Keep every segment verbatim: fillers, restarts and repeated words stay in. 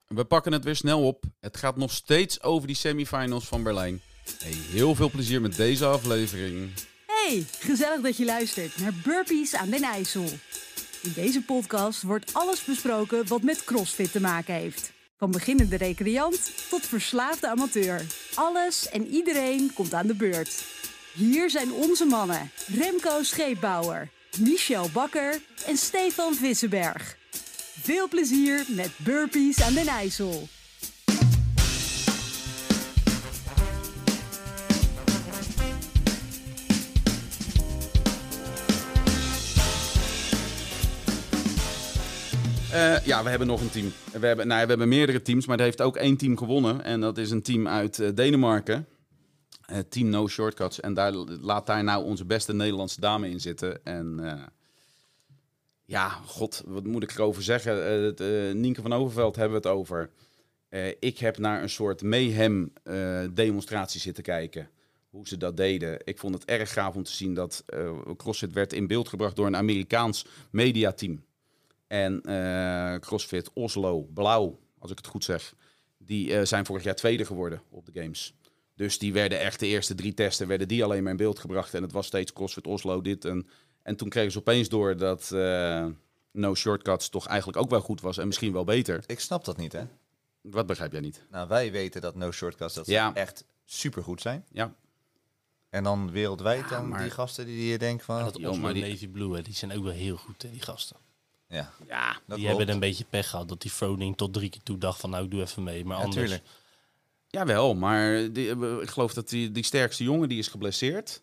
We pakken het weer snel op. Het gaat nog steeds over die semifinals van Berlijn. Hey, heel veel plezier met deze aflevering. Hey, gezellig dat je luistert naar Burpees aan den IJssel. In deze podcast wordt alles besproken wat met CrossFit te maken heeft. Van beginnende recreant tot verslaafde amateur. Alles en iedereen komt aan de beurt. Hier zijn onze mannen Remco Scheepbouwer, Michel Bakker en Stefan Vissenberg. Veel plezier met Burpees aan den IJssel. Uh, ja, we hebben nog een team. We hebben, nou, we hebben meerdere teams, maar er heeft ook één team gewonnen. En dat is een team uit uh, Denemarken. Uh, team No Shortcuts. En daar, laat daar nou onze beste Nederlandse dame in zitten. En uh, ja, god, wat moet ik erover zeggen? Uh, uh, Nienke van Overveld hebben we het over. Uh, ik heb naar een soort mayhem uh, demonstratie zitten kijken. Hoe ze dat deden. Ik vond het erg gaaf om te zien dat uh, CrossFit werd in beeld gebracht door een Amerikaans mediateam. En uh, CrossFit Oslo, Blauw, als ik het goed zeg, die uh, zijn vorig jaar tweede geworden op de games. Dus die werden echt de eerste drie testen, werden die alleen maar in beeld gebracht. En het was steeds CrossFit Oslo dit. En, en toen kregen ze opeens door dat uh, No Shortcuts toch eigenlijk ook wel goed was en misschien wel beter. Ik snap dat niet, hè? Wat begrijp jij niet? Nou, wij weten dat No Shortcuts dat ja. ze echt supergoed zijn. Ja. En dan wereldwijd ja, dan maar... die gasten die je denkt van... Ja, dat Oslo die... Navy Blue, hè, die zijn ook wel heel goed, hè, die gasten. Ja, ja die dat hebben een beetje pech gehad dat die Froning tot drie keer toe dacht van nou ik doe even mee, maar ja, anders. Tuurlijk. Jawel, maar die, ik geloof dat die, die sterkste jongen die is geblesseerd.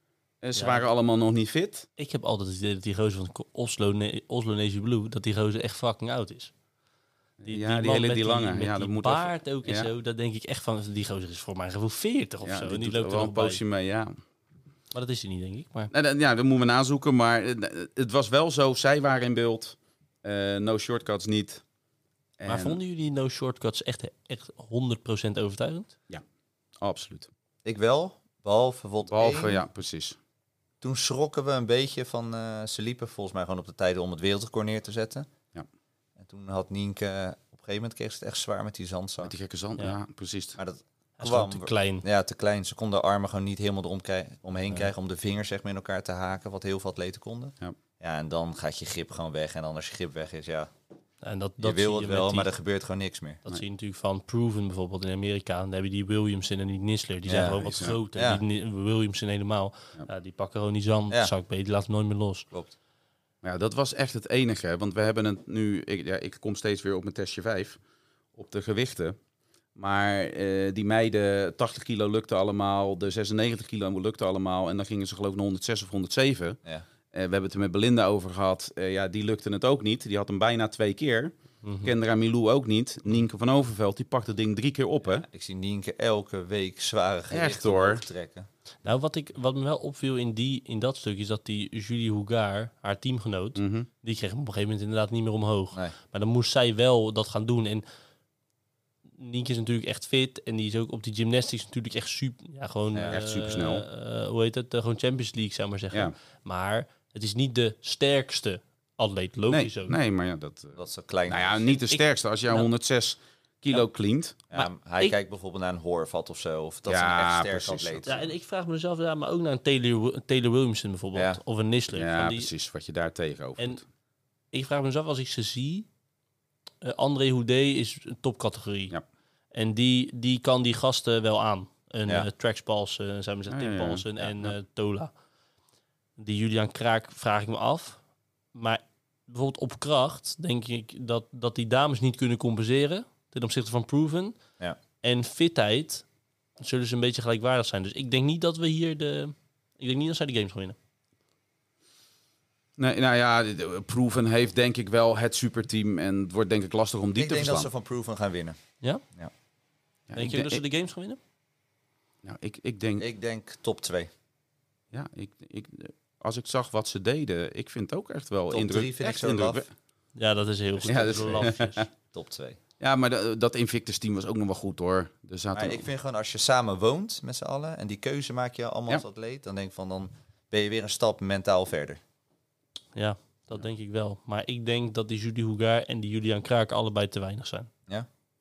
En ze ja. waren allemaal nog niet fit. Ik heb altijd het idee dat die gozer van Oslo, ne- Oslo Navy Blue, dat die gozer echt fucking oud is. Die, ja, die, die hele met die lange. Die, met ja, die dat moet baard even, ook en ja. zo, dat denk ik echt van die gozer is voor mijn gevoel veertig of ja, zo. Die en die doet loopt er er wel nog een poosje bij. mee, ja. Maar dat is hij niet, denk ik. Maar... Nou, ja, dat moeten we nazoeken, maar het was wel zo. Zij waren in beeld. Uh, no Shortcuts niet. En... Maar vonden jullie No Shortcuts echt, echt honderd procent overtuigend? Ja, absoluut. Ik wel, behalve bijvoorbeeld Behalve, één. ja, precies. Toen schrokken we een beetje van... Uh, ze liepen volgens mij gewoon op de tijden om het wereldrecord neer te zetten. Ja. En toen had Nienke... Op een gegeven moment kreeg ze het echt zwaar met die zandzak. Met die gekke zand, ja, ja precies. Maar dat Hij is gewoon te klein. Ja, te klein. Ze konden de armen gewoon niet helemaal erom krijgen, omheen ja. krijgen... om de vingers zeg maar in elkaar te haken, wat heel veel atleten konden. Ja. Ja, en dan gaat je grip gewoon weg. En dan als je grip weg is, ja... En dat, je dat wil het je wel, die, maar er gebeurt gewoon niks meer. Dat nee. zie je natuurlijk van Proven bijvoorbeeld in Amerika. Dan heb je die Williamson en die Nisler. Die ja, zijn gewoon wat ja. groter. Ja. Die Williamson helemaal. Ja. Ja, die pakken gewoon die zandzak ja. mee. Die laten nooit meer los. Klopt. Ja, dat was echt het enige. Want we hebben het nu... Ik, ja, ik kom steeds weer op mijn testje vijf. Op de gewichten. Maar uh, die meiden, tachtig kilo lukte allemaal. De zesennegentig kilo lukte allemaal. En dan gingen ze geloof ik naar honderdzes of honderdzeven. Ja. Uh, we hebben het er met Belinda over gehad. Uh, ja, die lukte het ook niet. Die had hem bijna twee keer. Mm-hmm. Kendra Milou ook niet. Nienke van Overveld, die pakt het ding drie keer op, hè? Ja, ik zie Nienke elke week zware gewichten hoor. trekken. Nou, wat, ik, wat me wel opviel in, die, in dat stuk is dat die Julie Hougaard, haar teamgenoot, mm-hmm. die kreeg hem op een gegeven moment inderdaad niet meer omhoog. Nee. Maar dan moest zij wel dat gaan doen. En Nienke is natuurlijk echt fit en die is ook op die gymnastics natuurlijk echt super, ja, gewoon ja, echt uh, supersnel. Uh, hoe heet het? Uh, gewoon Champions League, zou maar zeggen. Ja. Maar het is niet de sterkste atleet, logisch nee, ook. Nee, maar ja, dat... Uh, dat is zo klein. Nou ja, niet de sterkste. Als jij nou, honderdzes kilo ja, cleant. Ja, maar hij ik, kijkt bijvoorbeeld naar een Horvat of zo. Of dat ja, is een echt sterk precies. atleet. Ja, en ik vraag mezelf ja, maar ook naar een Taylor, Taylor Williamson bijvoorbeeld. Ja. Of een Nisler. Ja, van die... precies. Wat je daar tegenover En doet. ik vraag mezelf als ik ze zie. Uh, André Houdet is een topcategorie. Ja. En die, die kan die gasten wel aan. Een ja. uh, Trax Paulsen, zou ik zeggen, Tim ja, ja, ja. Paulsen ja, en ja. Uh, Tola. Die Julian Kraak vraag ik me af. Maar bijvoorbeeld op kracht denk ik dat, dat die dames niet kunnen compenseren ten opzichte van Proven. Ja. En fitheid zullen ze een beetje gelijkwaardig zijn. Dus ik denk niet dat we hier de... Ik denk niet dat zij de games gaan winnen. Nee, nou ja, Proven heeft denk ik wel het superteam. En het wordt denk ik lastig om die ik te verslaan. Ik denk dat ze van Proven gaan winnen. Ja? Ja. ja denk je de, dat ze de games gaan winnen? Nou, ik, ik denk... Ik denk top twee. Ja, ik, ik, als ik zag wat ze deden, ik vind het ook echt wel top indruk. drie vind echt ik zo indruk. laf. Ja, dat is heel goed. Ja, dat is lafjes. top twee. Ja, maar de, dat Invictus team was ook nog wel goed hoor. Er zaten maar ik vind gewoon als je samen woont met z'n allen en die keuze maak je allemaal ja. als atleet, dan denk ik van dan ben je weer een stap mentaal verder. Ja, dat denk ik wel. Maar ik denk dat die Julie Hougaard en die Julian Kraak allebei te weinig zijn. Ja?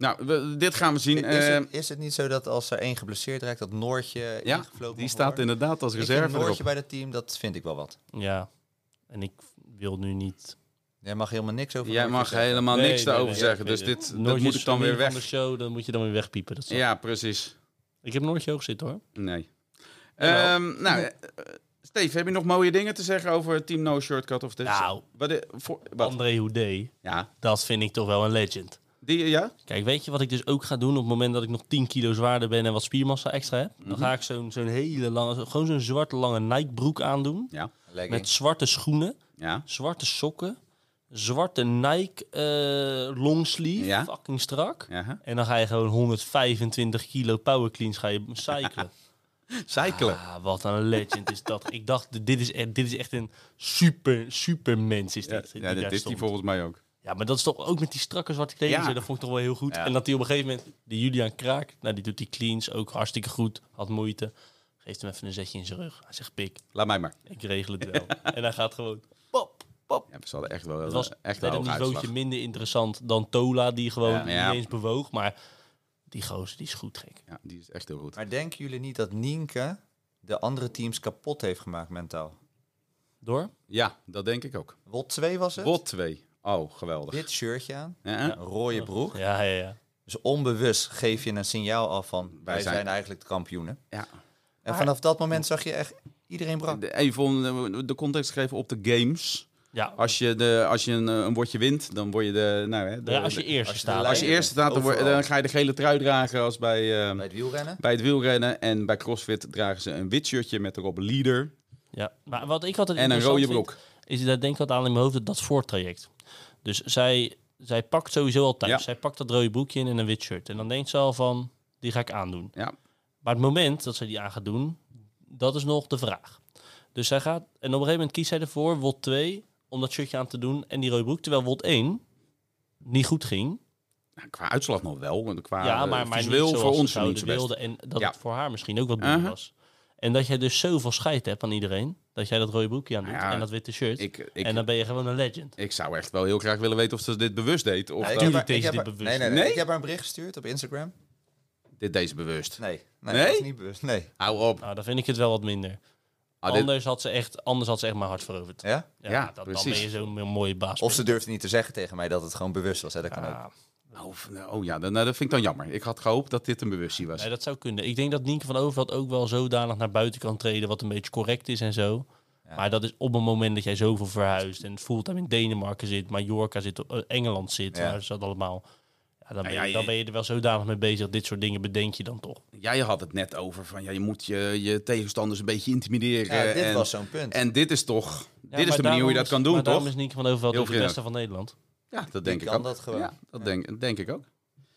Nou, we, dit gaan we zien. Is, Uh, het, is het niet zo dat als er één geblesseerd raakt, dat Noortje ja, ingevlogen die staat worden? inderdaad als Ik reserve vind Noortje erop. bij dat team, dat vind ik wel wat. Ja, en ik wil nu niet... Jij mag helemaal niks over Jij Noortje mag zeggen. helemaal Nee, niks nee, daarover nee, zeggen. nee, Dus nee. dit, dat Noortje moet is ik dan weer van weg. de show, dan moet je dan weer wegpiepen. Dat is Ja, precies. Ik heb Noortje hoog zitten hoor. Nee. Jawel. Um, nou, uh, Steve, heb je nog mooie dingen te zeggen over Team No Shortcut? Of dit? Nou, wat, de- voor, wat? André Houdé, Ja, dat vind ik toch wel een legend. die, ja? Kijk, weet je wat ik dus ook ga doen op het moment dat ik nog tien kilo zwaarder ben en wat spiermassa extra heb? Dan ga ik zo'n zo'n hele lange, gewoon zo'n zwarte lange Nike broek aandoen. Ja. Legging. Met zwarte schoenen, Ja. zwarte sokken, zwarte Nike eh longsleeve, Ja. fucking strak. Ja. En dan ga je gewoon honderdvijfentwintig kilo power cleans ga je cyclen. Cyclen. Ah, wat een legend is dat. Ik dacht, dit is echt, dit is echt een super, super mens is Ja, dit. die ja, daar dit is die stond. volgens mij ook. Ja, maar dat is toch ook met die strakke zwarte kleding. Ja. zo, Dat vond ik toch wel heel goed. Ja. En dat hij op een gegeven moment, die Julian Kraak, nou die doet die cleans ook hartstikke goed. Had moeite. Geeft hem even een zetje in zijn rug. Hij zegt, pik, Laat mij maar. ik regel het wel. En hij gaat gewoon, pop, pop. Ja, ze hadden echt wel, Het was echt net wel een hoog niveautje uitslag. minder interessant dan Tola, die gewoon Ja. niet Ja. eens bewoog. Maar die gozer, die is goed gek. Ja, die is echt heel goed. Maar denken jullie niet dat Nienke de andere teams kapot heeft gemaakt mentaal? Door? Ja, dat denk ik ook. Wot twee was het? Wot twee. Oh, geweldig. Wit shirtje aan, Ja, een rode broek. Ja, ja, ja. Dus onbewust geef je een signaal af van, wij zijn- zijn, eigenlijk de kampioenen. ja. En vanaf dat moment zag je echt iedereen brak. De- Even om de- de context te geven op de games. Ja, Als je, de, als je een, eh, een bordje wint, dan word je de... Nou, hè, de ja, als je de- eerste als je de staat. als je eerste staat, dan, word- Overal. dan ga je de gele trui dragen als bij, eh, Bij het wielrennen. bij het wielrennen. En bij CrossFit dragen ze een wit shirtje met erop leader Ja, maar wat ik altijd en een interessant rode vind, broek. is dat denk ik wat aan in mijn hoofd, dat voortraject. Dus zij, zij pakt sowieso al thuis. Ja. Zij pakt dat rode broekje in en een wit shirt. En dan denkt ze al van, die ga ik aandoen. Ja. Maar het moment dat zij die aan gaat doen, dat is nog de vraag. Dus zij gaat, en op een gegeven moment kiest zij ervoor, W O D twee, om dat shirtje aan te doen en die rode broek. Terwijl W O D één niet goed ging. Nou, qua uitslag nog wel. want Qua ja, eh, maar, maar visueel niet voor zoals ons ze niet zouden zo best. wilden. En dat Ja. het voor haar misschien ook wat beter Uh-huh. was. En dat jij dus zoveel scheid hebt aan iedereen, dat jij dat rode broekje aan doet Ja, en dat witte shirt. Ik, ik, en dan ben je gewoon een legend. ik zou echt wel heel graag willen weten of ze dit bewust deed. Of Ja, dat- ik Tuurlijk heb haar- deed ze ik heb dit haar- bewust. Nee, nee, nee, Nee? Ik heb haar een bericht gestuurd op Instagram. dit deed ze bewust. Nee, nee, Nee? dat is niet bewust. Nee. Hou op. Nou, dan vind ik het wel wat minder. Ah, dit- anders, had ze echt, anders had ze echt mijn hart veroverd. Ja? Ja, Ja, dat, dan precies. ben je zo'n mooie baas. Of ze durfde niet te zeggen tegen mij dat het gewoon bewust was. Hè? Dat kan ook. Ja, Oh, oh ja, dan, nou, dat vind ik dan jammer. Ik had gehoopt dat dit een bewustzijn was. nee, dat zou kunnen. Ik denk dat Nienke van Overveld ook wel zodanig naar buiten kan treden, wat een beetje correct is en zo. Ja. Maar dat is op het moment dat jij zoveel verhuist en fulltime in Denemarken zit, Mallorca zit, eh, Engeland zit, Ja. waar ze dat allemaal. Ja, dan, ben ja, je, je- dan ben je er wel zodanig mee bezig. Dit soort dingen bedenk je dan toch. Jij had het net over van ja, je moet je, je tegenstanders een beetje intimideren. Ja, dit en, was zo'n punt. en dit is toch, Ja, dit is maar de manier hoe je daarom dat is- kan doen, maar toch? daarom is Nienke van Overveld Heel ook de beste vriendelijk. van Nederland. Ja, dat denk ik kan ook. dat gewoon. Ja, dat Ja. Denk, denk ik ook.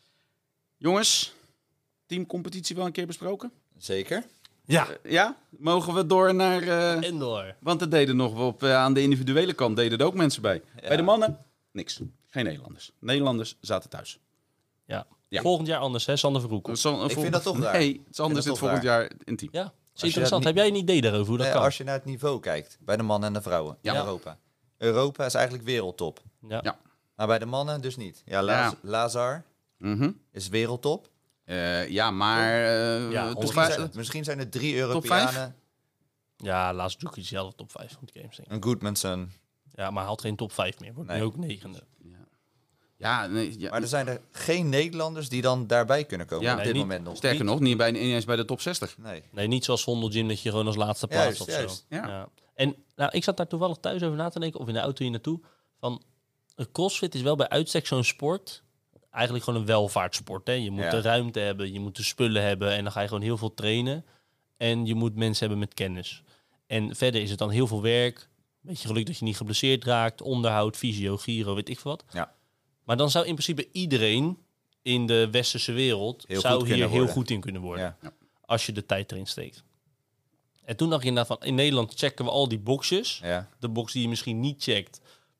Jongens, teamcompetitie wel een keer besproken? Zeker. Ja, Eh, ja? Mogen we door naar... eh, en door. want er deden nog op, eh, aan de individuele kant deden er ook mensen bij. Ja. Bij de mannen, niks. Geen Nederlanders. Nederlanders zaten thuis. Ja. Ja. Volgend jaar anders, hè, Sander Verhoeken. Het is al- Ik vind dat toch raar. Nee, het is anders dat dit toch volgend jaar in team. Ja, dat is je interessant. dat Heb jij een idee daarover hoe dat Nee, kan? als je naar het niveau kijkt, bij de mannen en de vrouwen in Ja. Europa. Europa is eigenlijk wereldtop. Ja. Ja. Maar bij de mannen dus niet. Ja, Laz- Ja. Lazar Mhm. is wereldtop. Eh, ja, maar... eh, Ja, het honderd is Misschien waar- zijn, misschien zijn er drie vijf? Europeanen. Ja, laatst Djokovic is zelf top vijf van de games, denk ik. Een Goodmanson. Ja, maar hij had geen top vijf meer. Wordt Nee. nu ook negende. Ja, nee, ja, Maar er zijn er geen Nederlanders die dan daarbij kunnen komen Ja. op Nee, dit niet- moment nog. sterker nog, niet, bij, niet eens bij de top zestig. Nee. Nee, niet zoals Vondel Gym dat je gewoon als laatste plaats Juist, of juist. zo. Ja. En nou, ik zat daar toevallig thuis over na te denken, of in de auto hier naartoe, van een CrossFit is wel bij uitstek zo'n sport, eigenlijk gewoon een welvaartssport. Hè? Je moet Ja. de ruimte hebben, je moet de spullen hebben en dan ga je gewoon heel veel trainen. En je moet mensen hebben met kennis. En verder is het dan heel veel werk, beetje geluk dat je niet geblesseerd raakt, onderhoud, fysio, giro, weet ik veel wat. Ja. Maar dan zou in principe iedereen in de westerse wereld Heel zou goed hier kunnen heel worden. goed in kunnen worden. Ja. Als je de tijd erin steekt. En toen dacht je inderdaad van, in Nederland checken we al die boxjes. Ja. De box die je misschien niet checkt,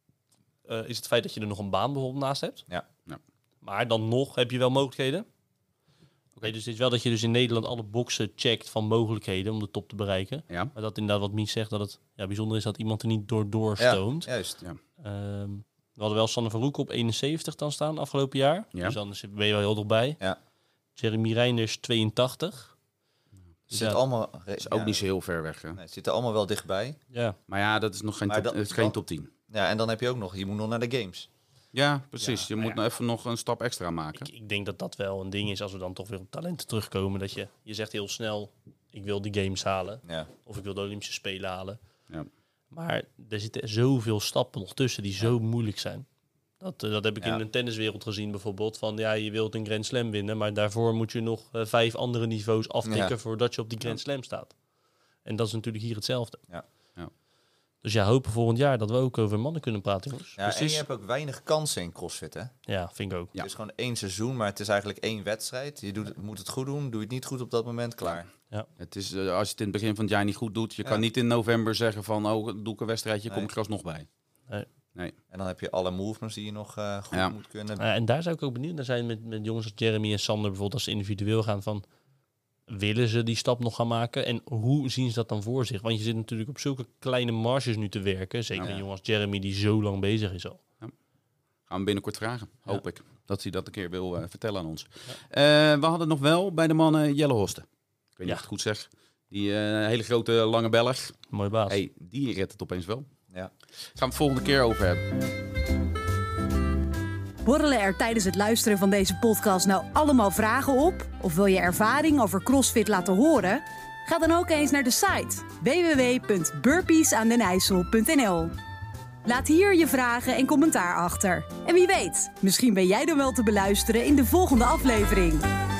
eh, is het feit dat je er nog een baan bijvoorbeeld naast hebt. Ja. Ja. Maar dan nog heb je wel mogelijkheden. Oké, dus het is wel dat je dus in Nederland alle boxen checkt van mogelijkheden om de top te bereiken. Ja. Maar dat inderdaad wat Mies zegt, dat het ja, bijzonder is dat iemand er niet door Ja, doorstoomt. juist. Ja. Ehm, We hadden wel Sander van Roek op eenenzeventig dan staan afgelopen jaar. Ja. Dus dan ben je wel heel dichtbij. Ja. Jeremy Reinders tweeëntachtig. Het zit Ja. allemaal... Dat is ook ja, niet zo heel ver weg. Hè? nee, het zit er allemaal wel dichtbij. Ja, Maar ja, dat is nog geen, Maar top, dat- het is geen dan- top tien. Ja, en dan heb je ook nog... Je moet nog naar de games. Ja, precies. Ja, je maar moet ja. nou even nog een stap extra maken. ik, ik denk dat dat wel een ding is als we dan toch weer op talenten terugkomen. Dat je, je zegt heel snel, ik wil die games halen. Ja. Of ik wil de Olympische Spelen halen. Ja. Maar er zitten zoveel stappen nog tussen die zo moeilijk zijn. Dat, eh, dat heb ik Ja. in de tenniswereld gezien bijvoorbeeld. Van ja, je wilt een Grand Slam winnen, maar daarvoor moet je nog eh, vijf andere niveaus aftikken Ja. voordat je op die Grand Slam staat. En dat is natuurlijk hier hetzelfde. Ja. Ja. Dus ja, hopen volgend jaar dat we ook over mannen kunnen praten, jongens. Ja, en Precies. je hebt ook weinig kansen in CrossFit, hè? Ja, vind ik ook. Ja. Het is gewoon één seizoen, maar het is eigenlijk één wedstrijd. Je doet, moet het goed doen, doe je het niet goed op dat moment, klaar. Het is, eh, als je het in het begin van het jaar niet goed doet, je Ja. kan niet in november zeggen van, oh, doe ik een wedstrijdje, kom Nee. ik er alsnog bij. En dan heb je alle movements die je nog eh, goed Ja. moet kunnen. Uh, en daar zou ik ook benieuwd naar zijn met, met jongens als Jeremy en Sander bijvoorbeeld als ze individueel gaan van willen ze die stap nog gaan maken en hoe zien ze dat dan voor zich? Want je zit natuurlijk op zulke kleine marges nu te werken, zeker Ja. een jongen als Jeremy die zo lang bezig is al. Gaan we binnenkort vragen, Ja. hoop ik. Dat hij dat een keer wil eh, vertellen aan ons. Eh, we hadden nog wel bij de mannen Jelle Hosten. Ik weet niet Ja. of ik het goed zeg. Die eh, hele grote lange Belg. Mooi baas. Hey, die redt het opeens wel. Ja. Gaan we het volgende keer over hebben. Borrelen er tijdens het luisteren van deze podcast nou allemaal vragen op? Of wil je ervaring over CrossFit laten horen? Ga dan ook eens naar de site w w w punt burpees aan den ijssel punt n l. Laat hier je vragen en commentaar achter. En wie weet, misschien ben jij dan wel te beluisteren in de volgende aflevering.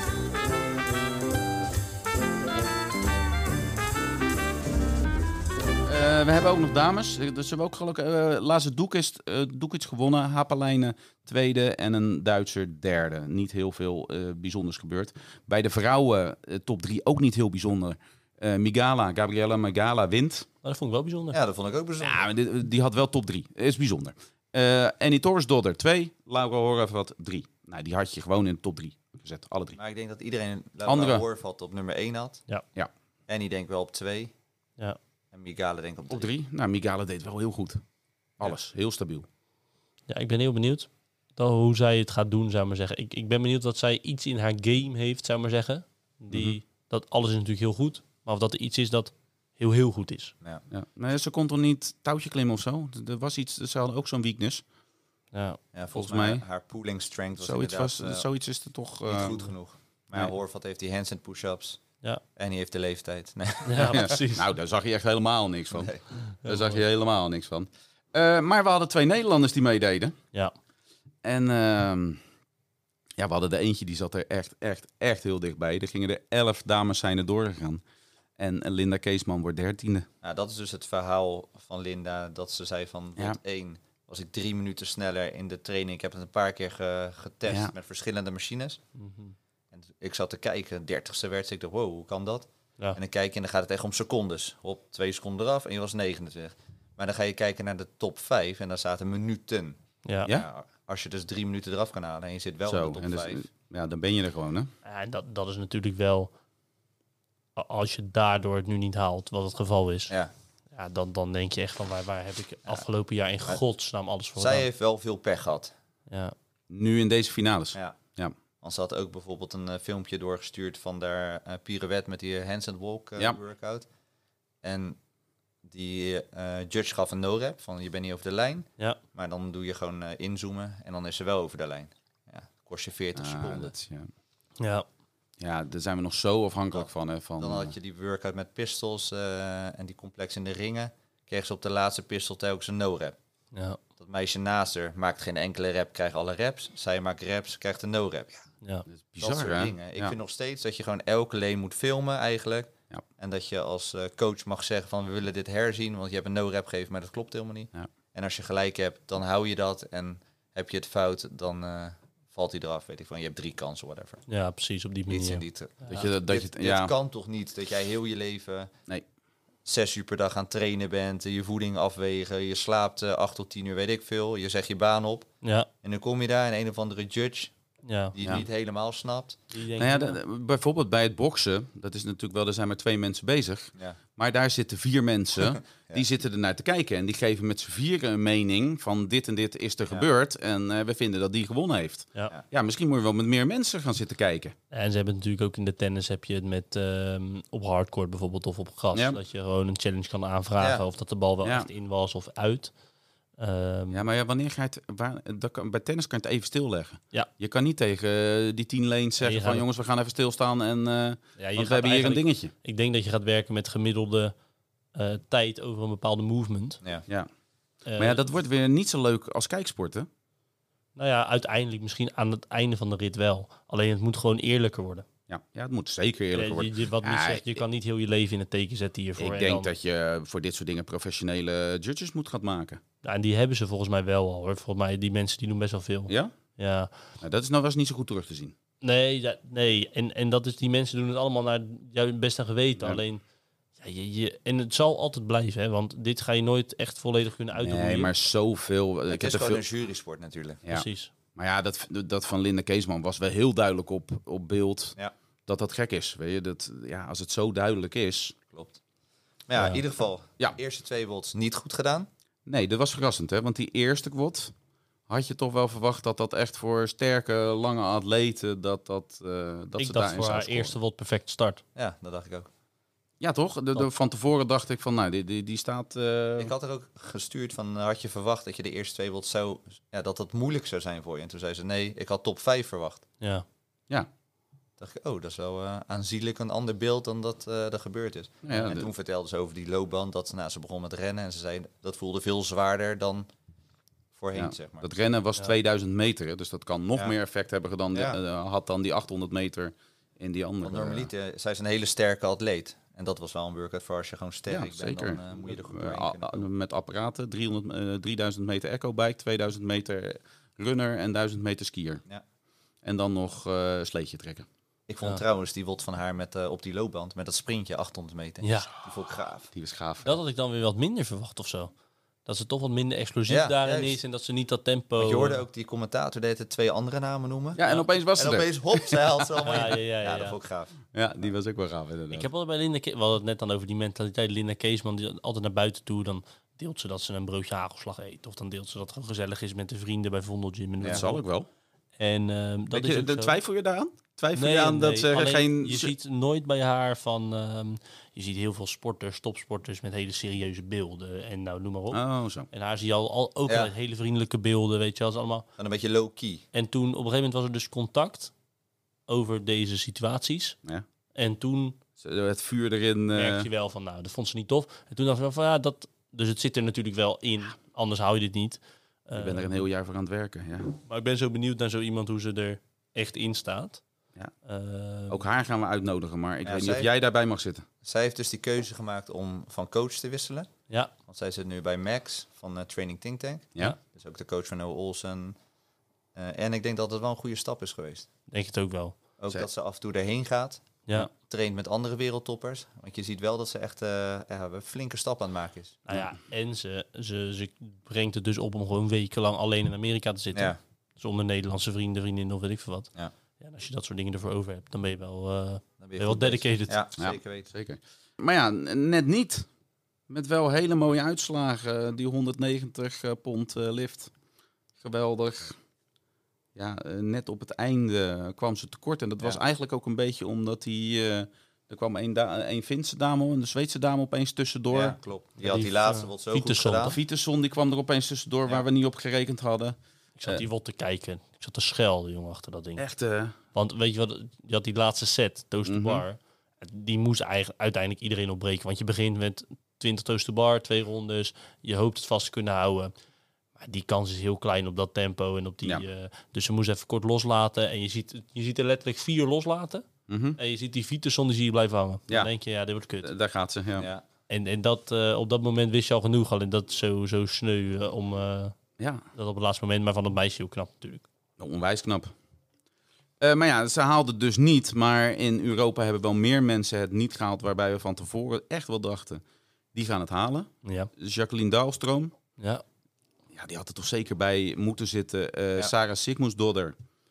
Eh, we hebben ook nog dames. Eh, Dus we hebben ook gelukkig uh, Laze Doekis, uh, Doekits gewonnen. Hapelijnen tweede en een Duitser derde. Niet heel veel uh, bijzonders gebeurd. Bij de vrouwen uh, top drie ook niet heel bijzonder. Uh, Migala, Gabriella Migala wint. Maar dat vond ik wel bijzonder. ja, dat vond ik ook bijzonder. Ja, maar die, die had wel top drie. Is bijzonder. Uh, Annie Torres-Dodder twee. Laura Horvath drie. Nou, die had je gewoon in de top drie gezet. Alle drie. Maar ik denk dat iedereen Laura Andere. Horvath op nummer één had. Ja. Ja. En die denkt wel op twee. Ja. En Migala denkt op Op drie. drie. Nou, Migala deed wel heel goed. Alles. Heel stabiel. Ja, ik ben heel benieuwd dan hoe zij het gaat doen, zou ik maar zeggen. Ik, ik ben benieuwd dat zij iets in haar game heeft, zou ik maar zeggen. Die, Mhm. Dat alles is natuurlijk heel goed, maar of dat er iets is dat heel, heel goed is. Ja. Ja. Nee, ze kon toch niet touwtje klimmen of zo? Er was iets, ze hadden ook zo'n weakness. Ja. Ja, volgens, Volgens mij, mij- haar pooling strength was Zoiets, was, inderdaad, eh, zoiets is er toch... niet eh, goed genoeg. Maar ja, nee. Horvath heeft die handstand push-ups. Ja. En die heeft de leeftijd. Nee. Ja, Ja, precies. Nou, daar zag je echt helemaal niks van. Nee. Daar zag je helemaal niks van. Uh, maar we hadden twee Nederlanders die meededen. Ja. En uh, ja, we hadden er eentje die zat er echt, echt, echt heel dichtbij. Er gingen er elf dames zijn er doorgegaan. En Linda Keesman wordt dertiende. Nou, dat is dus het verhaal van Linda. Dat ze zei van Ja. rond één was ik drie minuten sneller in de training. Ik heb het een paar keer ge- getest Ja. met verschillende machines. Mhm. En ik zat te kijken, dertigste werd ze. Ik dacht, wow, hoe kan dat? Ja. En dan kijk je en dan gaat het echt om secondes. Op twee seconden eraf en je was negenentwintig. Maar dan ga je kijken naar de top vijf en daar zaten minuten. Ja. Ja? Ja, als je dus drie minuten eraf kan halen en je zit wel Zo, in de en top dus, vijf. ja, dan ben je er gewoon, hè? Ja, en dat, dat is natuurlijk wel, a- als je daardoor het nu niet haalt, wat het geval is, Ja. ja, dan, dan denk je echt van waar, waar heb ik afgelopen jaar in godsnaam alles voor Zij gedaan. heeft wel veel pech gehad. Ja. Nu in deze finales. Ja. Ja. Want ze had ook bijvoorbeeld een uh, filmpje doorgestuurd van haar uh, pirouette met die handstand walk uh, Ja. workout. En die uh, judge gaf een no-rap van je bent niet over de lijn. Ja. Maar dan doe je gewoon uh, inzoomen en dan is ze wel over de lijn. Ja, kost je veertig Ah, seconden. dat is- ja. Ja. ja, daar zijn we nog zo afhankelijk Dan- van. Hè, van Dan eh, had je die workout met pistols uh, en die complex in de ringen. Kreeg ze op de laatste pistol telkens een no-rap. Ja. Dat meisje naast haar maakt geen enkele rap, krijgt alle raps. Zij maakt raps, krijgt een no-rap. Ja, Ja. dat is dat bizar, soort hè? dingen. Ik Ja. vind nog steeds dat je gewoon elke lane moet filmen eigenlijk. Ja. En dat je als uh, coach mag zeggen van we willen dit herzien, want je hebt een no-rap gegeven, maar dat klopt helemaal niet. Ja. En als je gelijk hebt, dan hou je dat. En heb je het fout, dan uh, valt hij eraf. Weet ik van, je hebt drie kansen, whatever. Ja, precies op die Iets manier. en die te- Dat je, dat je, dit, ja, dit kan toch niet dat jij heel je leven Nee. zes uur per dag aan het trainen bent, je voeding afwegen, je slaapt uh, acht tot tien uur, weet ik veel. Je zegt je baan op Ja. en dan kom je daar en een of andere judge Ja. die het Ja. niet helemaal snapt. Die denk Nou ja, ik, de- de- bijvoorbeeld bij het boksen, dat is natuurlijk wel, er zijn maar twee mensen bezig. Ja. Maar daar zitten vier mensen, Ja. die zitten er naar te kijken. En die geven met z'n vieren een mening van dit en dit is er Ja. gebeurd. En uh, we vinden dat die gewonnen heeft. ja. Ja. Ja, misschien moet je wel met meer mensen gaan zitten kijken. En ze hebben natuurlijk ook in de tennis heb je het met ehm, op hardcourt bijvoorbeeld of op gras. Ja. Dat je gewoon een challenge kan aanvragen Ja. of dat de bal wel Ja. echt in was of uit. Ehm, Ja, maar ja, wanneer ga je het... Waar, dat kan, bij tennis kan je het even stilleggen. Ja. Je kan niet tegen uh, die tien lanes zeggen je van gaat- jongens, we gaan even stilstaan en uh, ja, je want gaat we hebben hier een eigenlijk- dingetje. Ik denk dat je gaat werken met gemiddelde eh, tijd over een bepaalde movement. Ja. Ja. Eh, Maar ja, dat wordt weer niet zo leuk als kijksport, hè? Nou ja, uiteindelijk misschien aan het einde van de rit wel. Alleen het moet gewoon eerlijker worden. Ja, ja het moet zeker eerlijker Eh, worden. je, je- wat niet Ja, zegt, je kan niet heel je leven in het teken zetten hiervoor. Ik En denk dan- dat je voor dit soort dingen professionele judges moet gaan maken. Ja, en die hebben ze volgens mij wel al hoor. Volgens mij, die mensen die doen best wel veel. Ja? Ja. Nou, dat is nou wel eens niet zo goed terug te zien. Nee, ja, nee. En, en dat is, die mensen doen het allemaal naar jouw best en geweten. Ja. Alleen, ja, je, je, en het zal altijd blijven, hè, want dit ga je nooit echt volledig kunnen uitroeien. Nee, maar zoveel. Ik Het heb is er gewoon veel. een jurysport natuurlijk. Ja. Precies. Maar ja, dat, dat van Linda Keesman was wel heel duidelijk op, op beeld Ja. dat dat gek is. Weet je, dat, ja, als het zo duidelijk is. Klopt. Maar ja, Ja. in ieder geval, Ja. de eerste twee wots niet goed gedaan. Nee, dat was verrassend, hè? Want die eerste kwot had je toch wel verwacht dat dat echt voor sterke, lange atleten dat dat uh, dat Ik ze dacht daarin voor haar zou eerste wat perfect start. Ja, dat dacht ik ook. Ja, toch? De, de, van tevoren dacht ik van, nou, die, die, die staat. Uh... Ik had er ook gestuurd van, had je verwacht dat je de eerste twee wots zou, ja, dat dat moeilijk zou zijn voor je? En toen zei ze, nee, ik had top vijf verwacht. Ja. Ja. Dacht ik, oh, dat is wel uh, aanzienlijk een ander beeld dan dat uh, er gebeurd is. Ja, ja, en de- toen vertelde ze over die loopband, dat nou, ze begon met rennen en ze zei, dat voelde veel zwaarder dan voorheen, Ja, zeg maar. dat rennen was Ja. tweeduizend meter, hè, dus dat kan nog Ja. meer effect hebben dan die, Ja. eh, had dan die achthonderd meter in die andere. Want normaliter, zij is een hele sterke atleet. En dat was wel een workout voor als je gewoon sterk Ja, bent, zeker. dan uh, moet je er goed Eh, doorheen a- kunnen a- komen. met apparaten, driehonderd, eh, drieduizend meter eco-bike, tweeduizend meter runner en duizend meter skier. Ja. En dan nog uh, sleetje trekken. Ik vond Ja. trouwens die wot van haar met, uh, op die loopband, met dat sprintje achthonderd meter. Ja. Die vond ik gaaf. Die was gaaf. Dat had ik dan weer wat minder verwacht of zo. Dat ze toch wat minder explosief Ja, daarin juist. is en dat ze niet dat tempo... Want je hoorde ook die commentator deed het twee andere namen noemen. Ja, en opeens was En ze er. opeens, hop, zij haalt ze allemaal Ja, in. ja, ja, ja, dat ja. vond ik gaaf. Ja, die was ook wel gaaf inderdaad. Ik heb altijd bij Linda Ke- we hadden het net dan over die mentaliteit. Linda Keesman, die altijd naar buiten toe, dan deelt ze dat ze een broodje hagelslag eet. Of dan deelt ze dat het gewoon gezellig is met de vrienden bij Vondelgym. En Ja. Dat zal ik wel. En ehm, dat Weet is je, ook de, zo. twijfel je daaraan? Twijfel Nee, je aan dat nee, ze alleen geen... Je ziet nooit bij haar van... ehm, je ziet heel veel sporters, topsporters met hele serieuze beelden. En nou, noem maar op. Oh, zo. En haar zie je al, al ook Ja. al hele vriendelijke beelden, weet je wel. Is allemaal. En een beetje low-key. En toen, op een gegeven moment was er dus contact over deze situaties. Ja. En toen Het vuur erin... eh, merk je wel van, nou, dat vond ze niet tof. En toen dacht ik van, ja, dat... Dus het zit er natuurlijk wel in, anders hou je dit niet. ik ben er een heel jaar voor aan het werken, ja. Maar ik ben zo benieuwd naar zo iemand hoe ze er echt in staat. Ja. Eh, Ook haar gaan we uitnodigen, maar ik Ja, weet niet zij- of jij daarbij mag zitten. Zij heeft dus die keuze gemaakt om van coach te wisselen. Ja, Want zij zit nu bij Max van uh, Training Think Tank. Ja? Dus ook de coach van Noah Olsen. Uh, en ik denk dat het wel een goede stap is geweest. denk het ook wel. Ook Zij- dat ze af en toe erheen gaat. Ja. Traint met andere wereldtoppers. Want je ziet wel dat ze echt uh, ja, een flinke stap aan het maken is. Nou ja, en ze, ze, ze brengt het dus op om gewoon wekenlang alleen in Amerika te zitten. Ja. Zonder Nederlandse vrienden, vriendinnen of weet ik veel wat. Ja. Ja, en als je dat soort dingen ervoor over hebt, dan ben je wel, eh, Dan ben ben je wel goed bezig. dedicated. Ja, Ja. zeker weten. Zeker. Maar ja, n- net niet. Met wel hele mooie uitslagen. Die honderdnegentig eh, pond eh, lift. Geweldig. Ja, eh, net op het einde kwam ze tekort. En dat was Ja. eigenlijk ook een beetje omdat die... eh, er kwam een, da- een Finse dame en een Zweedse dame opeens tussendoor. Ja, klopt. Die Ja, had die, die laatste uh, wat zo goed Vitesson, gedaan. Vitesson die kwam er opeens tussendoor Ja. waar we niet op gerekend hadden. Ik zat Eh. die wat te kijken. Ik zat te schelden, jongen, achter dat ding. Echt, eh, Want weet je wat, je had die laatste set, toast to Mhm. bar. Die moest eigenlijk uiteindelijk iedereen opbreken. Want je begint met twintig toast to bar, twee rondes. Je hoopt het vast te kunnen houden. Maar die kans is heel klein op dat tempo. En op die, Ja. eh, dus ze moest even kort loslaten. En je ziet, je ziet er letterlijk vier loslaten. mhm. En je ziet die Vitesson, die zie je blijven hangen. Ja. Dan denk je, ja, dit wordt kut. D- daar gaat ze, ja. Ja. En, en dat, eh, op dat moment wist je al genoeg. Alleen dat is zo, zo sneu eh, om eh, Ja, dat op het laatste moment. Maar van het meisje heel knap natuurlijk. onwijs knap. Eh, maar ja, ze haalde het dus niet. Maar in Europa hebben wel meer mensen het niet gehaald. Waarbij we van tevoren echt wel dachten, die gaan het halen. Ja, Dus Jacqueline Daalstroom, ja. ja, die had er toch zeker bij moeten zitten. Eh Ja. Sarah Sigmundsdottir.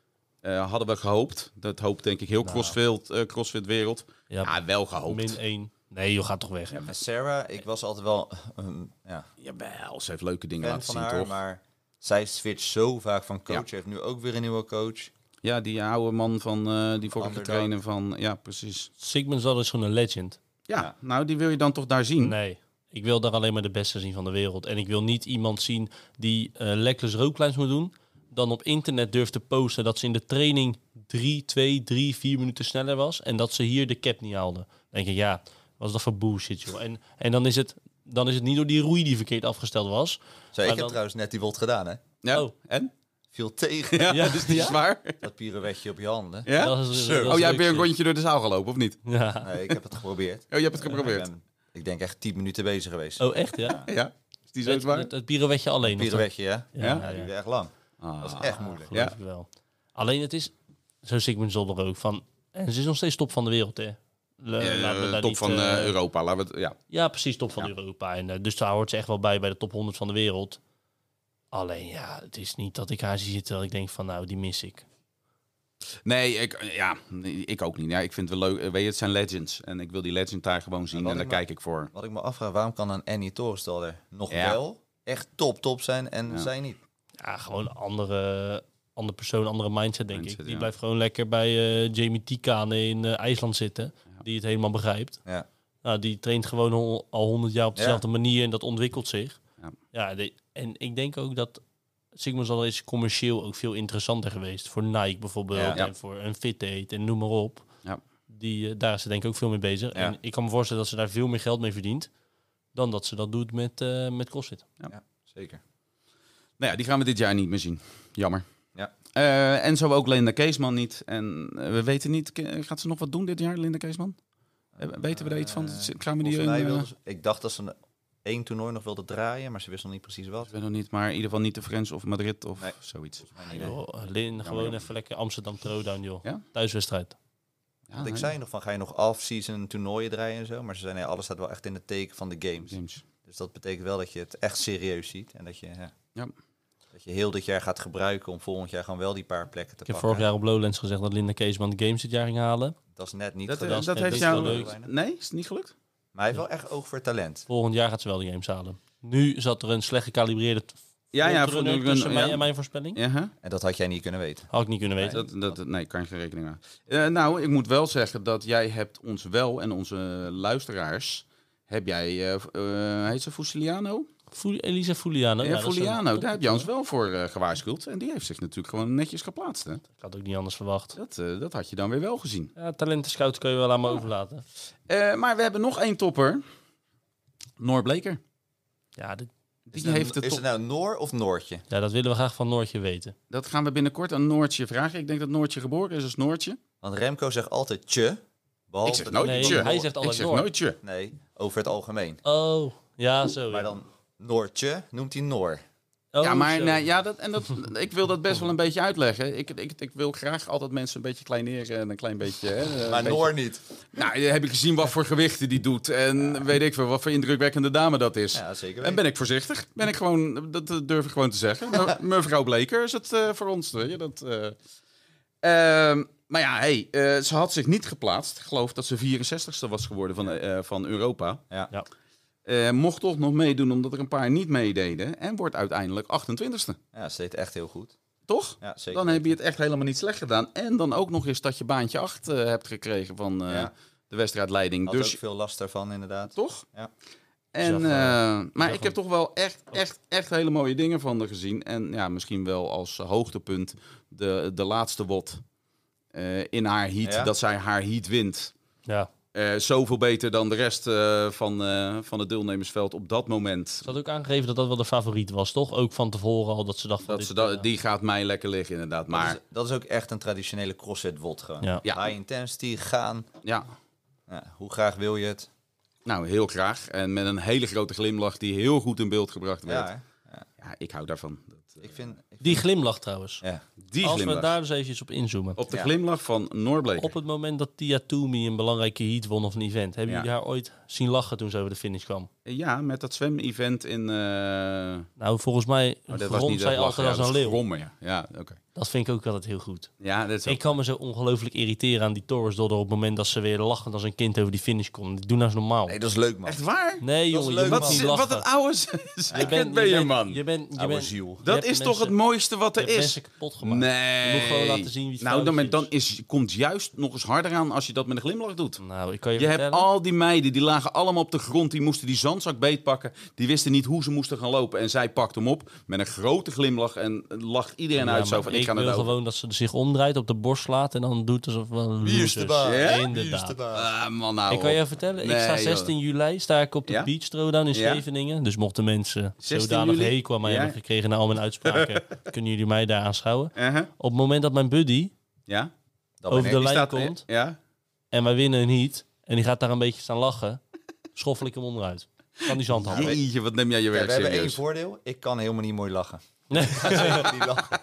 Uh, hadden we gehoopt. Dat hoopt denk ik heel Nou. crossfit, uh, crossfit wereld. Ja, Ja, wel gehoopt. min één. Nee, joh, gaat toch weg. Ja, met Sarah, ik was altijd wel um, ja, Jawel, ze heeft leuke dingen fan laten van zien, haar, toch? maar zij switcht zo vaak van coach. Ja. Ze heeft nu ook weer een nieuwe coach. Ja, die oude man van uh, die vorige Underdog. trainer van... Ja, precies. Sigmund Zal is gewoon een legend. Ja, Ja. nou, die wil je dan toch daar zien? Nee, ik wil daar alleen maar de beste zien van de wereld. En ik wil niet iemand zien die uh, lekkers rooklijns moet doen, dan op internet durft te posten dat ze in de training drie, twee, drie, vier minuten sneller was en dat ze hier de cap niet haalde. Dan denk ik, ja, wat is dat voor bullshit, joh. En, en dan, is het, dan is het niet door die roei die verkeerd afgesteld was. Zo, ik Maar heb dan- trouwens net die Wolt gedaan, hè. Ja, Oh. en? Viel tegen. Ja, Ja, dus die is ja? zwaar. Dat pirouetje op je handen. Ja? Dat is- Zo. dat is Oh, jij hebt leuk weer een shit. rondje door de zaal gelopen, of niet? Ja. Nee, ik heb het geprobeerd. Oh, je hebt het geprobeerd. Ik, ben, ik denk echt tien minuten bezig geweest. Oh, echt, ja? Ja? Is die zo Het, zwaar? het, het pirouetje alleen. of Pirouetje, ja. toch? Ja? Ja, Dat ja, duurde ja. echt lang. Ah. Dat was echt moeilijk. Geloof Ja. ik wel. Alleen het is, zo Sigmund Zolder ook, van, en ze is nog steeds top van de wereld, hè. Le- Eh, laten we daar top niet, van eh, uh, Europa, laten we het... Ja. Ja, precies, top van Ja. Europa. En, uh, dus daar hoort ze echt wel bij, bij de top honderd van de wereld. Alleen, ja, het is niet dat ik haar zie zitten dat ik denk van, nou, die mis ik. Nee, ik, ja, nee, ik ook niet. Ja, ik vind het wel leuk. Weet je, het zijn legends. En ik wil die legend daar gewoon zien. wat En daar ik me- kijk ik voor. Wat ik me afvraag, waarom kan een Annie Torenstalder nog Ja. wel echt top top zijn en Ja. zij niet? Ja, gewoon een andere, andere persoon, andere mindset, denk Mindset, ik. Die ja. blijft gewoon lekker bij uh, Jamie Tikane in uh, IJsland zitten. Ja. Die het helemaal begrijpt. Ja. Nou, die traint gewoon al, al honderd jaar op dezelfde Ja. manier en dat ontwikkelt zich. Ja. Ja, de- en ik denk ook dat Sigmund Zal is commercieel ook veel interessanter geweest. Voor Nike bijvoorbeeld Ja. en voor een Fit en noem maar op. Ja. Die, uh, daar is ze denk ik ook veel mee bezig. Ja. En ik kan me voorstellen dat ze daar veel meer geld mee verdient dan dat ze dat doet met, uh, met CrossFit. Zeker. Nou ja, die gaan we dit jaar niet meer zien. Jammer. Ja. Uh, en zo ook Linda Keesman niet. En uh, we weten niet, ke- gaat ze nog wat doen dit jaar, Linda Keesman? Uh, weten we er iets van? Eh, Gaan we die... volgens mij uh, wilde ze- ik dacht dat ze een, één toernooi nog wilde draaien, maar ze wist nog niet precies wat. Ik weet nog niet, maar in ieder geval niet de Friends of Madrid of Nee. zoiets. Mijn idee. Joh, Lin, gewoon joh. even lekker Amsterdam Throwdown, joh. Ja? Thuiswedstrijd. Ja, Want ik nee. zei nog van, ga je nog off-season toernooien draaien en zo? Maar ze zei, nee, alles staat wel echt in het teken van de games. James. Dus dat betekent wel dat je het echt serieus ziet. En dat je, ja, Ja. dat je heel dit jaar gaat gebruiken om volgend jaar gewoon wel die paar plekken te Ik heb pakken. vorig jaar op Lowlands gezegd dat Linda Keesman de games dit jaar ging halen. Dat is net niet Dat, gedaan. uh, dat en heeft dat is jou... wel leuk. Nee, is het niet gelukt? Maar hij heeft wel echt oog voor talent. Volgend jaar gaat ze wel de games halen. Nu zat er een slecht gecalibreerde t- Ja, ja, frontrunner voor de- tussen mij ja. en mijn voorspelling. Ja, huh? En dat had jij niet kunnen weten. Had ik niet kunnen weten. Dat, dat, nee, kan je geen rekening mee houden. Uh, nou, ik moet wel zeggen dat jij hebt ons wel en onze luisteraars... Heb jij, uh, uh, heet ze Fuciliano? Fu- Elisa Fuliano. Ja, dat is een Fuliano, top- daar heb je ons wel voor uh, gewaarschuwd. En die heeft zich natuurlijk gewoon netjes geplaatst. Hè? Ik had ook niet anders verwacht. Dat, uh, dat had je dan weer wel gezien. Ja, talentenscout kun je wel aan me overlaten. Uh, maar we hebben nog één topper. Noor Bleker. Ja, dit, Die Is, het, heeft nou, het is top... het nou Noor of Noortje? ja, dat willen we graag van Noortje weten. Dat gaan we binnenkort aan Noortje vragen. Ik denk dat Noortje geboren is als Noortje. Want Remco zegt altijd tje. Behalve Ik zeg nooit Nee, tje. hij zegt Ik altijd zeg Noor. nooit tje. Nee, over het algemeen. Oh, ja, zo. Maar ja. dan Noortje noemt hij Noor. Oh, ja, maar zo. nee, ja, dat, en dat, ik wil dat best wel een beetje uitleggen. Ik, ik, ik wil graag altijd mensen een beetje kleineren en een klein beetje... Hè, een Maar beetje- Noor niet. Nou, heb ik gezien wat voor gewichten die doet. En weet ik veel, wat voor indrukwekkende dame dat is. Ja, zeker En weten. ben ik voorzichtig. Ben ik gewoon, dat eh, durf ik gewoon te zeggen. Me- mevrouw Bleker is het eh, voor ons. Weet je, dat, eh. Ehm, maar ja, hey, eh, ze had zich niet geplaatst. Ik geloof dat ze vierenzestigste was geworden van, eh, van Europa. Ja. Ja. Eh, mocht toch nog meedoen omdat er een paar niet meededen. En wordt uiteindelijk achtentwintigste. Ja, ze deed echt heel goed. Toch? Ja, zeker. Dan heb je het echt helemaal niet slecht gedaan. En dan ook nog eens dat je baantje acht eh, hebt gekregen van eh, Ja. de wedstrijdleiding. Had Dus ook veel last daarvan, inderdaad. toch? Ja. En, Zag, eh, maar zag ik heb toch wel echt, echt, echt hele mooie dingen van haar gezien. En ja, misschien wel als hoogtepunt de, de laatste wot eh, in haar heat. Ja. Dat zij haar heat wint. Ja. Eh, zoveel beter dan de rest eh, van, eh, van het deelnemersveld op dat moment. Ze had ook aangegeven dat dat wel de favoriet was, toch? Ook van tevoren al dat ze dacht van... Dat dit, ze dat, eh, die gaat mij lekker liggen, inderdaad. Maar Maar dat is, dat is ook echt een traditionele CrossFit-wot gewoon. Ja. Ja. High intensity, gaan. ja, Ja, hoe graag wil je het? nou heel graag. En met een hele grote glimlach die heel goed in beeld gebracht werd. Ja, Ja, hè? ik hou daarvan. Dat, eh, ik vind... Ik vind Die glimlach trouwens. ja. die Als glimlach. we daar dus eventjes op inzoomen. Op de Ja. glimlach van Noor Bleker. Op het moment dat Tia Toomey een belangrijke heat won of een event, hebben Ja. jullie haar ooit zien lachen toen ze over de finish kwam? Ja, met dat zwem-event in... eh, Nou, volgens mij Oh, dat was grond niet zij dat lachen, altijd ja, als dat een is leeuw. grommen, ja. Ja, oké. Dat vind ik ook altijd heel goed. Ja, dat is ook... Ik kan me zo ongelooflijk irriteren aan die Torres Dodder op het moment dat ze weer lachend als een kind over die finish komt. Doe nou eens normaal. Nee, dat is leuk, man. Echt waar? Nee, Dat is jongen, leuk, je man. moet Wat, niet wat lachen. een oude Je bent, ben je, man. Je bent, je Oude bent, ziel. je Dat hebt is toch mensen- het mooiste wat je er hebt is? mensen kapot gemaakt. Nee. Je moet gewoon laten zien wie het Nou, dan, foutje dan is. is, komt juist nog eens harder aan als je dat met een glimlach doet. Nou, ik kan je, Je hebt vertellen. al die meiden, die lagen allemaal op de grond. Die moesten die zandzak beetpakken. Die wisten niet hoe ze moesten gaan lopen. En zij pakt hem op met een grote glimlach. En lacht iedereen Ja, uit zo maar van, ik ik ga wil naar de gewoon dat ze zich omdraait, op de borst slaat en dan doet alsof wel een Wie is de losers. baas? Ja? Wie is de Inderdaad. baas? Ah, man, nou Ik kan je op. vertellen, ik Nee, sta joh. zestien juli sta ik op de Ja? Beach Throwdown in Ja? Scheveningen. Dus mochten mensen zestien zodanig juli? hekel aan mij Ja? hebben gekregen na al mijn uitspraken, kunnen jullie mij daar aanschouwen. Uh-huh. Op het moment dat mijn buddy Ja? Dat ben over ik. de Die lijn staat komt Ja? en wij winnen een heat en die gaat daar een beetje staan lachen, schoffel ik hem onderuit. Kan die zand halen. Jeetje, wat neem jij je Ja, werk we hebben één serieus. voordeel. Ik kan helemaal niet mooi lachen. Nee. Ik ga zeker niet lachen.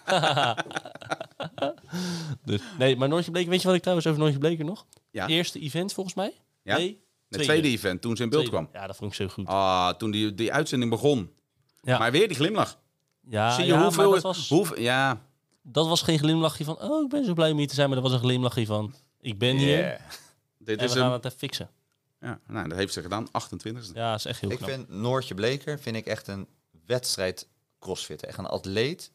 Dus, nee, maar Noortje Bleker, weet je wat ik trouwens over Noortje Bleker nog? Ja. Eerste event volgens mij? Ja? Nee, Het tweede event, toen ze in beeld Tweede. kwam. Ja, dat vond ik zo goed. Ah, toen die, die uitzending begon. Ja. Maar weer die glimlach. Ja, Zie je ja, hoeveel... maar dat was, hoeveel ja, dat was geen glimlachje van, oh, ik ben zo blij om hier te zijn, maar dat was een glimlachje van, ik ben hier Yeah. dit en is we gaan hem. het even fixen. Ja, nou, dat heeft ze gedaan. achtentwintigste. Ja, dat is echt heel Ik knap. vind Noortje Bleker vind ik echt een wedstrijd crossfitter. Echt een atleet.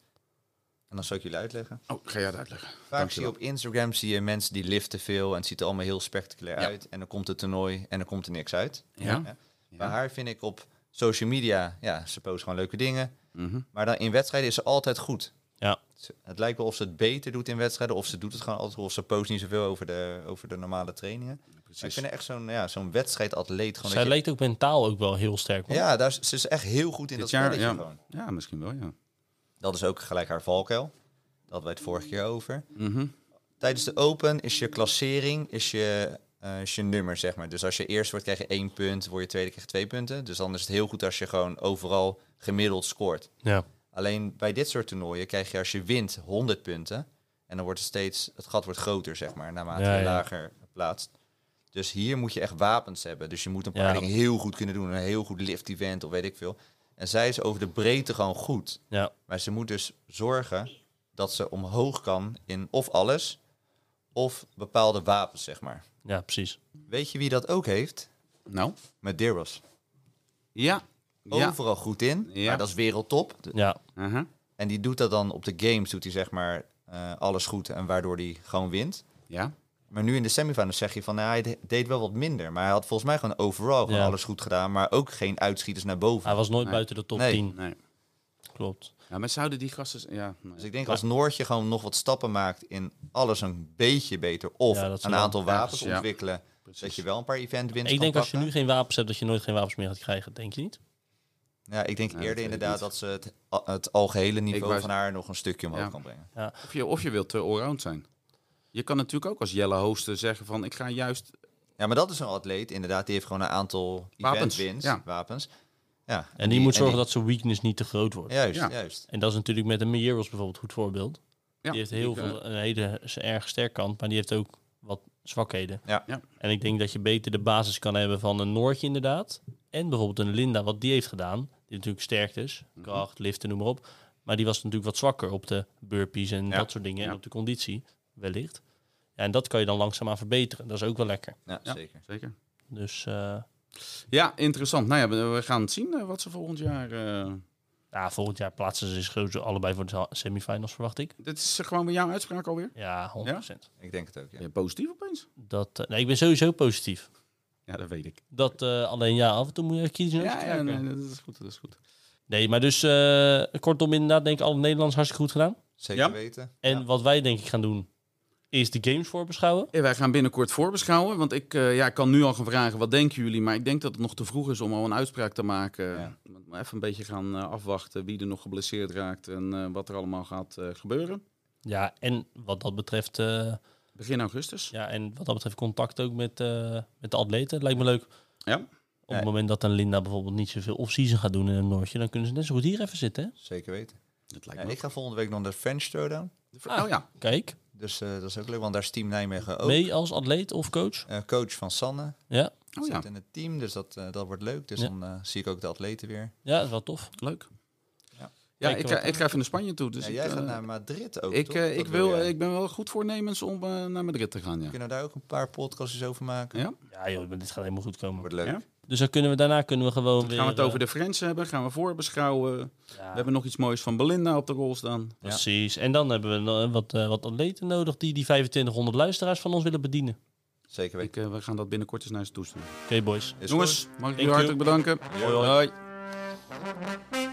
En dan zal ik jullie uitleggen. Oh, ga jij het uitleggen. Vaak zie Dankjewel. je op Instagram zie je mensen die liften veel en het ziet er allemaal heel spectaculair Ja. uit. En dan komt het toernooi en dan komt er niks uit. Ja. Ja. Bij haar vind ik op social media, ja, ze post gewoon leuke dingen. Mhm. Maar dan in wedstrijden is ze altijd goed. Ja. Ze- Het lijkt wel of ze het beter doet in wedstrijden, of ze doet het gewoon altijd goed, of ze post niet zoveel over de, over de normale trainingen. Maar ik Precies. vind haar echt zo'n ja, zo'n wedstrijdatleet. Gewoon Zij dat je- leek ook mentaal ook wel heel sterk. Hoor. ja, daar is, ze is echt heel goed in Dit dat jaar, spelletje ja. gewoon. Ja, misschien wel, ja. Dat is ook gelijk haar valkuil. Daar hadden wij het vorige keer over. Mhm. Tijdens de Open is je klassering, is je, eh, is je nummer, zeg maar. Dus als je eerst wordt, krijg je één punt. Word je tweede, krijg je twee punten. Dus dan is het heel goed als je gewoon overal gemiddeld scoort. Ja. Alleen bij dit soort toernooien krijg je als je wint honderd punten. En dan wordt het steeds, het gat wordt groter, zeg maar, naarmate Ja, je ja. lager plaatst. Dus hier moet je echt wapens hebben. Dus je moet een paar Ja. dingen heel goed kunnen doen. Een heel goed lift event of weet ik veel. En zij is over de breedte gewoon goed. Ja. Maar ze moet dus zorgen dat ze omhoog kan in of alles, of bepaalde wapens, zeg maar. Ja, precies. Weet je wie dat ook heeft? Nou, Medeiros. ja. Ja. Overal goed in, Ja. maar dat is wereldtop. De- Ja. Uh-huh. En die doet dat dan op de games, doet hij zeg maar eh, alles goed en waardoor hij gewoon wint. Ja. Maar nu in de semifinals zeg je van, nou, hij de- deed wel wat minder. Maar hij had volgens mij gewoon overal gewoon Ja. alles goed gedaan, maar ook geen uitschieters naar boven. Hij was nooit Nee. buiten de top Nee. tien. Nee. Klopt. Ja, maar zouden die gasten... Ja, nee. Dus ik denk als Noortje gewoon nog wat stappen maakt in alles een beetje beter, of Ja, dat een wel. aantal wapens Ja. ontwikkelen, dat je wel een paar event wins Ik kan denk als je pakken. nu geen wapens hebt, dat je nooit geen wapens meer gaat krijgen. Denk je niet? Ja, ik denk Ja, dat eerder weet ik inderdaad niet. dat ze het, het algehele niveau wou- van haar nog een stukje omhoog Ja. kan brengen. Of je, of je wilt te allround zijn. Je kan natuurlijk ook als Jelle hosten zeggen van... Ik ga juist... Ja, maar dat is een atleet, inderdaad. Die heeft gewoon een aantal Wapens, event wins, ja. wapens. Ja, En die, moet zorgen dat zijn weakness niet te groot wordt. Juist, Ja. juist. En dat is natuurlijk met de Medeiros bijvoorbeeld een goed voorbeeld. Ja, Die heeft heel ik, eh, veel, een hele s- erg sterk kant, maar die heeft ook wat zwakheden. Ja. Ja. En ik denk dat je beter de basis kan hebben van een Noortje inderdaad. En bijvoorbeeld een Linda, wat die heeft gedaan. Die natuurlijk sterk is, kracht, liften, noem maar op. Maar die was natuurlijk wat zwakker op de burpees en Ja. dat soort dingen. En Ja. op de conditie, wellicht. Ja, en dat kan je dan langzaamaan verbeteren. Dat is ook wel lekker. Ja, Ja. zeker. Zeker. Dus uh, Ja, interessant. Nou ja, we, we gaan het zien eh, wat ze volgend jaar... eh, ja, volgend jaar plaatsen ze zich sowieso allebei voor de semifinals, verwacht ik. Dit is gewoon weer jouw uitspraak alweer? Ja, honderd procent. Ik denk het ook, ja. Ben je positief opeens? Dat, uh, nee, ik ben sowieso positief. Ja, dat weet ik. Dat uh, alleen ja, af en toe moet je kiezen. Ja, ja nee, dat is goed. Dat is goed. Nee, maar dus uh, kortom inderdaad denk ik alle Nederlanders hartstikke goed gedaan. Zeker Ja. weten. En Ja. wat wij denk ik gaan doen, is de games voorbeschouwen. Ja, wij gaan binnenkort voorbeschouwen. Want ik uh, ja, ik kan nu al gaan vragen, wat denken jullie? Maar ik denk dat het nog te vroeg is om al een uitspraak te maken. Ja. Maar even een beetje gaan uh, afwachten wie er nog geblesseerd raakt en uh, wat er allemaal gaat uh, gebeuren. Ja, en wat dat betreft... Uh, Begin augustus. Ja, en wat dat betreft contact ook met, uh, met de atleten. Lijkt me leuk. Ja. Op het moment dat een Linda bijvoorbeeld niet zoveel off-season gaat doen in een Noortje, dan kunnen ze net zo goed hier even zitten. Hè? Zeker weten. Dat lijkt Ja, me ik ga volgende week nog naar de French Throwdown. ook. Oh ja. Kijk, Dus uh, dat is ook leuk, want daar is Team Nijmegen ook. mee als atleet of coach. Uh, coach van Sanne Ja, Oh zit ja, in het team, dus dat, uh, dat wordt leuk. Dus Ja. dan uh, zie ik ook de atleten weer. ja, dat is wel tof. leuk. Ja. Ja, Kijken ik, wat ga, ik ga even naar Spanje toe. Dus Ja, ik, jij uh, gaat naar Madrid ook, ik, toch? uh, ik, Dat wil, jij. ik ben wel goed voornemens om uh, naar Madrid te gaan, ja. Kunnen we daar ook een paar podcasts over maken? Ja? Ja joh, dit gaat helemaal goed komen. Wordt leuk. Ja? Dus dan kunnen we daarna kunnen we gewoon Dan weer... gaan we het over uh, de Friends hebben, gaan we voorbeschouwen. ja, We hebben nog iets moois van Belinda op de rol staan. precies. En dan hebben we nog wat, uh, wat atleten nodig die die vijfentwintighonderd luisteraars van ons willen bedienen. Zeker weten. Ik, uh, we gaan dat binnenkort eens naar ze toesturen. Oké okay, boys. Is Jongens, goed. mag ik Thank jullie hartelijk bedanken. Hoi, hoi. Hoi.